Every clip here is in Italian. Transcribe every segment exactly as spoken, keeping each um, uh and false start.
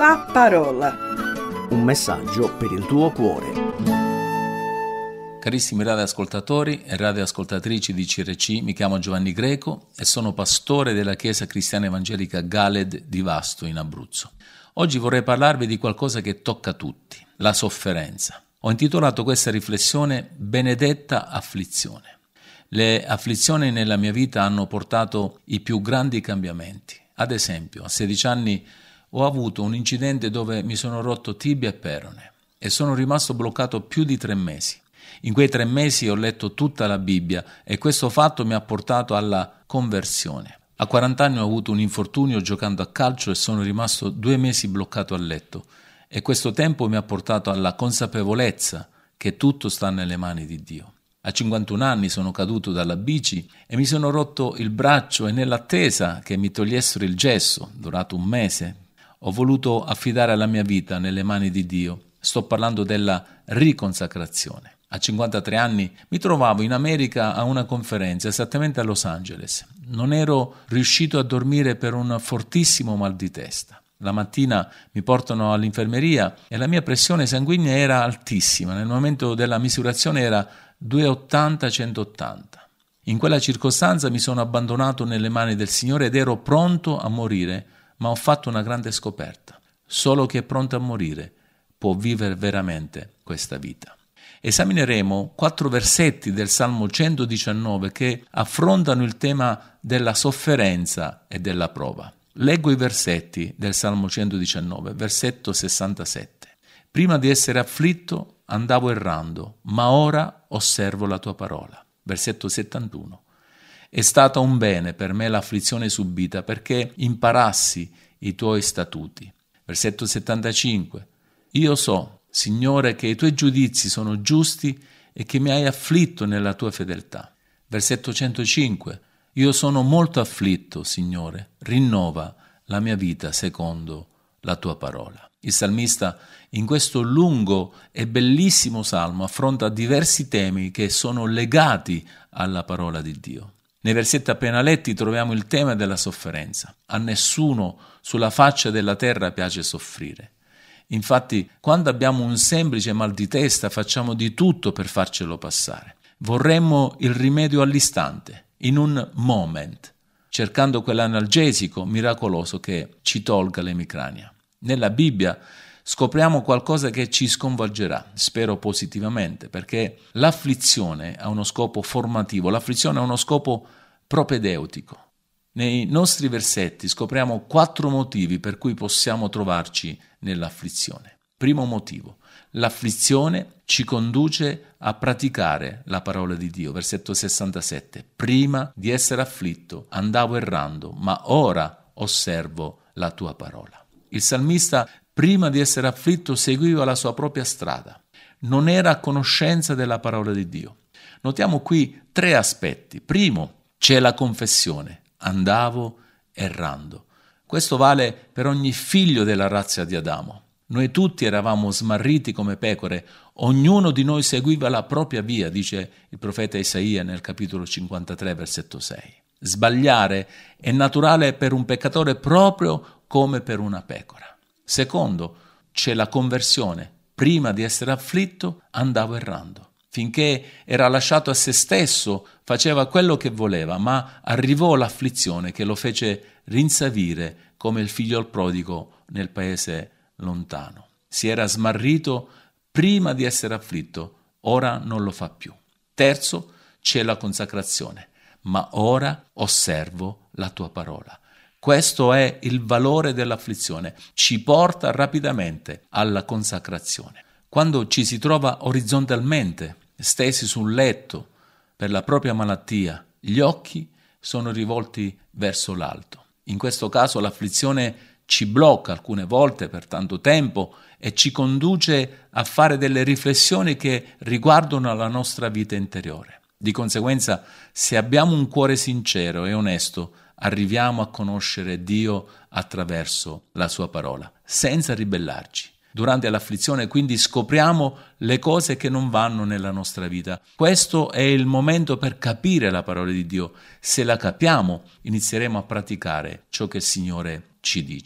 La parola. Un messaggio per il tuo cuore. Carissimi radioascoltatori e radioascoltatrici di C R C, mi chiamo Giovanni Greco e sono pastore della Chiesa Cristiana Evangelica Galed di Vasto in Abruzzo. Oggi vorrei parlarvi di qualcosa che tocca tutti, la sofferenza. Ho intitolato questa riflessione Benedetta afflizione. Le afflizioni nella mia vita hanno portato i più grandi cambiamenti. Ad esempio, a sedici anni ho avuto un incidente dove mi sono rotto tibia e perone e sono rimasto bloccato più di tre mesi. In quei tre mesi ho letto tutta la Bibbia e questo fatto mi ha portato alla conversione. A quaranta anni ho avuto un infortunio giocando a calcio e sono rimasto due mesi bloccato a letto e questo tempo mi ha portato alla consapevolezza che tutto sta nelle mani di Dio. A cinquantuno anni sono caduto dalla bici e mi sono rotto il braccio e nell'attesa che mi togliessero il gesso, durato un mese, ho voluto affidare la mia vita nelle mani di Dio. Sto parlando della riconsacrazione. A cinquantatré anni mi trovavo in America a una conferenza, esattamente a Los Angeles. Non ero riuscito a dormire per un fortissimo mal di testa. La mattina mi portano all'infermeria e la mia pressione sanguigna era altissima. Nel momento della misurazione era duecentottanta centottanta. In quella circostanza mi sono abbandonato nelle mani del Signore ed ero pronto a morire, ma ho fatto una grande scoperta. Solo chi è pronto a morire può vivere veramente questa vita. Esamineremo quattro versetti del Salmo centodiciannove che affrontano il tema della sofferenza e della prova. Leggo i versetti del Salmo centodiciannove, versetto sessantasette. Prima di essere afflitto andavo errando, ma ora osservo la tua parola. Versetto settantuno. È stata un bene per me l'afflizione subita perché imparassi i tuoi statuti. Versetto settantacinque. Io so, Signore, che i tuoi giudizi sono giusti e che mi hai afflitto nella tua fedeltà. Versetto centocinque. Io sono molto afflitto, Signore, rinnova la mia vita secondo la tua parola. Il salmista in questo lungo e bellissimo salmo affronta diversi temi che sono legati alla parola di Dio. Nei versetti appena letti troviamo il tema della sofferenza. A nessuno sulla faccia della terra piace soffrire. Infatti, quando abbiamo un semplice mal di testa, facciamo di tutto per farcelo passare. Vorremmo il rimedio all'istante, in un moment, cercando quell'analgesico miracoloso che ci tolga l'emicrania. Nella Bibbia scopriamo qualcosa che ci sconvolgerà, spero positivamente, perché l'afflizione ha uno scopo formativo, l'afflizione ha uno scopo propedeutico. Nei nostri versetti scopriamo quattro motivi per cui possiamo trovarci nell'afflizione. Primo motivo, l'afflizione ci conduce a praticare la parola di Dio. Versetto sessantasette. Prima di essere afflitto andavo errando, ma ora osservo la tua parola. Il salmista, prima di essere afflitto, seguiva la sua propria strada. Non era a conoscenza della parola di Dio. Notiamo qui tre aspetti. Primo, c'è la confessione. Andavo errando. Questo vale per ogni figlio della razza di Adamo. Noi tutti eravamo smarriti come pecore, ognuno di noi seguiva la propria via, dice il profeta Isaia nel capitolo cinquantatré, versetto sei. Sbagliare è naturale per un peccatore proprio come per una pecora. Secondo, c'è la conversione. Prima di essere afflitto andavo errando. Finché era lasciato a se stesso, faceva quello che voleva, ma arrivò l'afflizione che lo fece rinsavire come il figlio prodigo nel paese lontano. Si era smarrito prima di essere afflitto, ora non lo fa più. Terzo, c'è la consacrazione. Ma ora osservo la tua parola. Questo è il valore dell'afflizione, ci porta rapidamente alla consacrazione. Quando ci si trova orizzontalmente, stesi sul letto per la propria malattia, gli occhi sono rivolti verso l'alto. In questo caso l'afflizione ci blocca alcune volte per tanto tempo e ci conduce a fare delle riflessioni che riguardano la nostra vita interiore. Di conseguenza, se abbiamo un cuore sincero e onesto, arriviamo a conoscere Dio attraverso la sua parola, senza ribellarci. Durante l'afflizione quindi scopriamo le cose che non vanno nella nostra vita. Questo è il momento per capire la parola di Dio. Se la capiamo, inizieremo a praticare ciò che il Signore ci dice.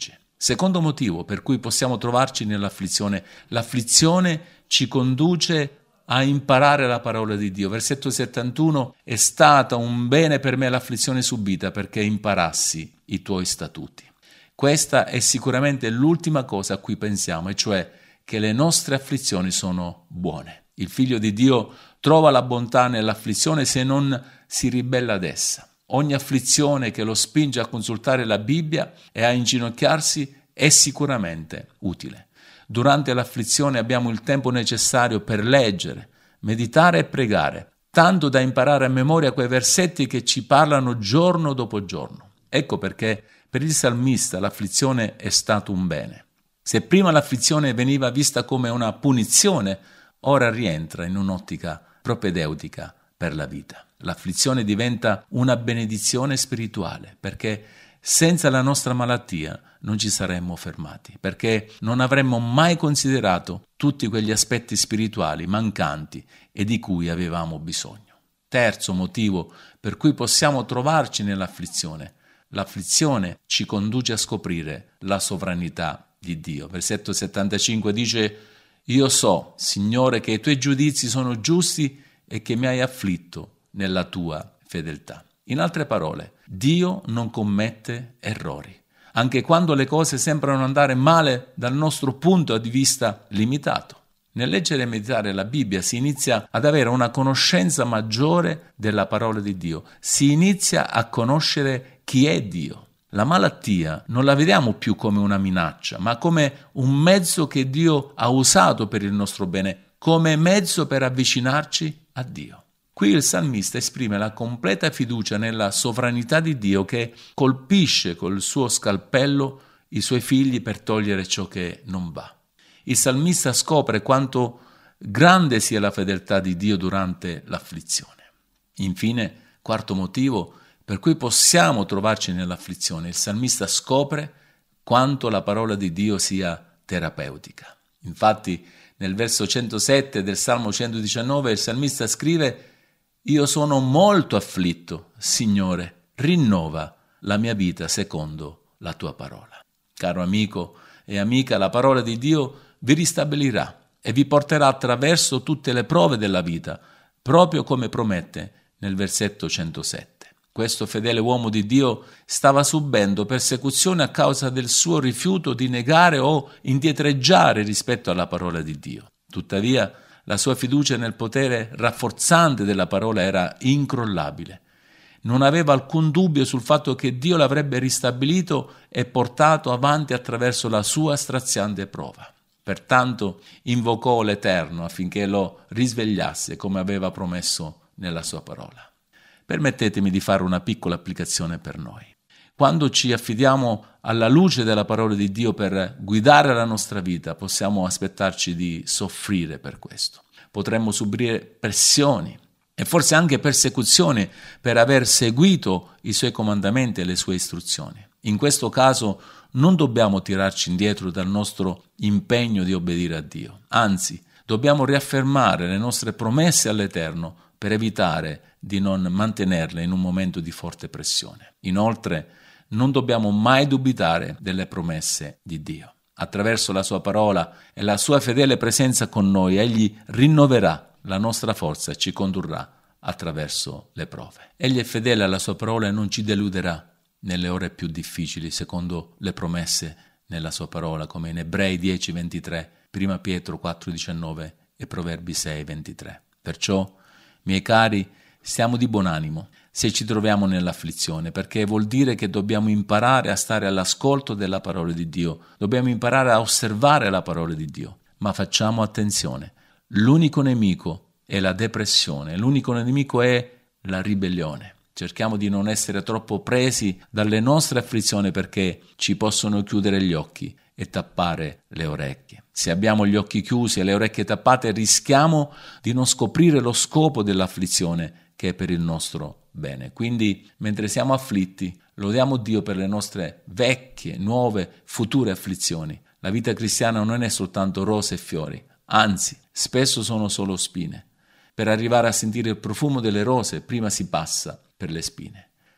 Secondo motivo per cui possiamo trovarci nell'afflizione: l'afflizione ci conduce a imparare la parola di Dio. Versetto settantuno: è stata un bene per me l'afflizione subita, perché imparassi i tuoi statuti. Questa è sicuramente l'ultima cosa a cui pensiamo, e cioè che le nostre afflizioni sono buone. Il Figlio di Dio trova la bontà nell'afflizione se non si ribella ad essa. Ogni afflizione che lo spinge a consultare la Bibbia e a inginocchiarsi è sicuramente utile. Durante l'afflizione abbiamo il tempo necessario per leggere, meditare e pregare, tanto da imparare a memoria quei versetti che ci parlano giorno dopo giorno. Ecco perché per il salmista l'afflizione è stato un bene. Se prima l'afflizione veniva vista come una punizione, ora rientra in un'ottica propedeutica per la vita. L'afflizione diventa una benedizione spirituale, perché senza la nostra malattia non ci saremmo fermati, perché non avremmo mai considerato tutti quegli aspetti spirituali mancanti e di cui avevamo bisogno. Terzo motivo per cui possiamo trovarci nell'afflizione: l'afflizione ci conduce a scoprire la sovranità di Dio. Versetto settantacinque dice: io so, Signore, che i tuoi giudizi sono giusti e che mi hai afflitto nella tua fedeltà. In altre parole, Dio non commette errori. Anche quando le cose sembrano andare male dal nostro punto di vista limitato. Nel leggere e meditare la Bibbia si inizia ad avere una conoscenza maggiore della parola di Dio. Si inizia a conoscere chi è Dio. La malattia non la vediamo più come una minaccia, ma come un mezzo che Dio ha usato per il nostro bene, come mezzo per avvicinarci a Dio. Qui il salmista esprime la completa fiducia nella sovranità di Dio, che colpisce col suo scalpello i suoi figli per togliere ciò che non va. Il salmista scopre quanto grande sia la fedeltà di Dio durante l'afflizione. Infine, quarto motivo per cui possiamo trovarci nell'afflizione: il salmista scopre quanto la parola di Dio sia terapeutica. Infatti, nel verso centosette del Salmo centodiciannove il salmista scrive: io sono molto afflitto, Signore, rinnova la mia vita secondo la tua parola. Caro amico e amica, la parola di Dio vi ristabilirà e vi porterà attraverso tutte le prove della vita, proprio come promette nel versetto centosette. Questo fedele uomo di Dio stava subendo persecuzione a causa del suo rifiuto di negare o indietreggiare rispetto alla parola di Dio. Tuttavia, la sua fiducia nel potere rafforzante della parola era incrollabile. Non aveva alcun dubbio sul fatto che Dio l'avrebbe ristabilito e portato avanti attraverso la sua straziante prova. Pertanto invocò l'Eterno affinché lo risvegliasse come aveva promesso nella sua parola. Permettetemi di fare una piccola applicazione per noi. Quando ci affidiamo alla luce della parola di Dio per guidare la nostra vita, possiamo aspettarci di soffrire per questo. Potremmo subire pressioni e forse anche persecuzioni per aver seguito i suoi comandamenti e le sue istruzioni. In questo caso non dobbiamo tirarci indietro dal nostro impegno di obbedire a Dio. Anzi, dobbiamo riaffermare le nostre promesse all'Eterno per evitare di non mantenerle in un momento di forte pressione. Inoltre, non dobbiamo mai dubitare delle promesse di Dio. Attraverso la sua parola e la sua fedele presenza con noi, Egli rinnoverà la nostra forza e ci condurrà attraverso le prove. Egli è fedele alla sua parola e non ci deluderà nelle ore più difficili, secondo le promesse nella sua parola, come in Ebrei dieci ventitré, Prima Pietro quattro diciannove e Proverbi sei ventitré. Perciò, miei cari, stiamo di buon animo se ci troviamo nell'afflizione, perché vuol dire che dobbiamo imparare a stare all'ascolto della parola di Dio, dobbiamo imparare a osservare la parola di Dio. Ma facciamo attenzione, l'unico nemico è la depressione, l'unico nemico è la ribellione. Cerchiamo di non essere troppo presi dalle nostre afflizioni, perché ci possono chiudere gli occhi e tappare le orecchie. Se abbiamo gli occhi chiusi e le orecchie tappate, rischiamo di non scoprire lo scopo dell'afflizione, che è per il nostro bene. Quindi, mentre siamo afflitti, lodiamo Dio per le nostre vecchie, nuove, future afflizioni. La vita cristiana non è soltanto rose e fiori, anzi, spesso sono solo spine. Per arrivare a sentire il profumo delle rose, prima si passa per le spine.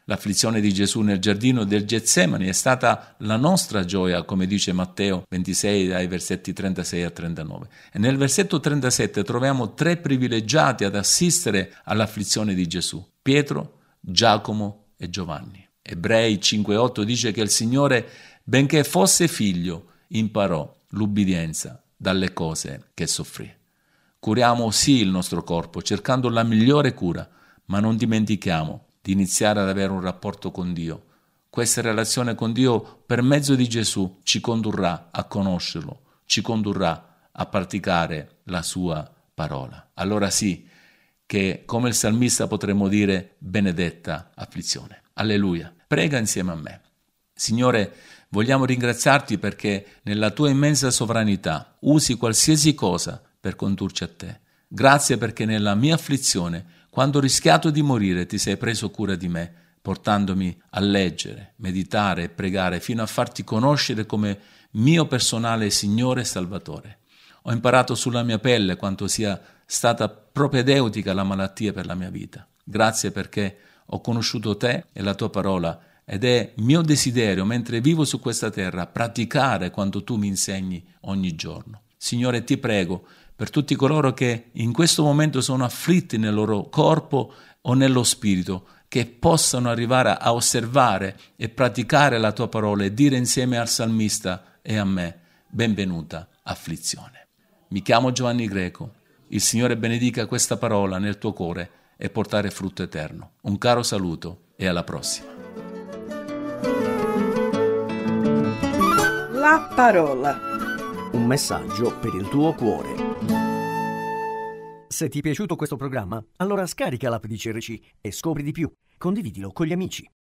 L'afflizione di Gesù nel giardino del Getsemani è stata la nostra gioia, come dice Matteo ventisei dai versetti trentasei a trentanove. E nel versetto trentasette troviamo tre privilegiati ad assistere all'afflizione di Gesù: Pietro, Giacomo e Giovanni. Ebrei cinque otto dice che il Signore, benché fosse figlio, imparò l'ubbidienza dalle cose che soffrì. Curiamo sì il nostro corpo, cercando la migliore cura, ma non dimentichiamo di iniziare ad avere un rapporto con Dio. Questa relazione con Dio per mezzo di Gesù ci condurrà a conoscerlo, ci condurrà a praticare la sua parola. Allora sì, che come il salmista potremmo dire benedetta afflizione. Alleluia. Prega insieme a me. Signore, vogliamo ringraziarti perché nella tua immensa sovranità usi qualsiasi cosa per condurci a te. Grazie perché nella mia afflizione, quando ho rischiato di morire, ti sei preso cura di me, portandomi a leggere, meditare e pregare fino a farti conoscere come mio personale Signore e Salvatore. Ho imparato sulla mia pelle quanto sia stata propedeutica la malattia per la mia vita. Grazie perché ho conosciuto te e la tua parola ed è mio desiderio, mentre vivo su questa terra, praticare quanto tu mi insegni ogni giorno. Signore, ti prego per tutti coloro che in questo momento sono afflitti nel loro corpo o nello spirito, che possano arrivare a osservare e praticare la tua parola e dire insieme al salmista e a me: benvenuta afflizione. Mi chiamo Giovanni Greco. Il Signore benedica questa parola nel tuo cuore e portare frutto eterno. Un caro saluto e alla prossima. La parola. Un messaggio per il tuo cuore. Se ti è piaciuto questo programma, allora scarica l'app di C R C e scopri di più. Condividilo con gli amici.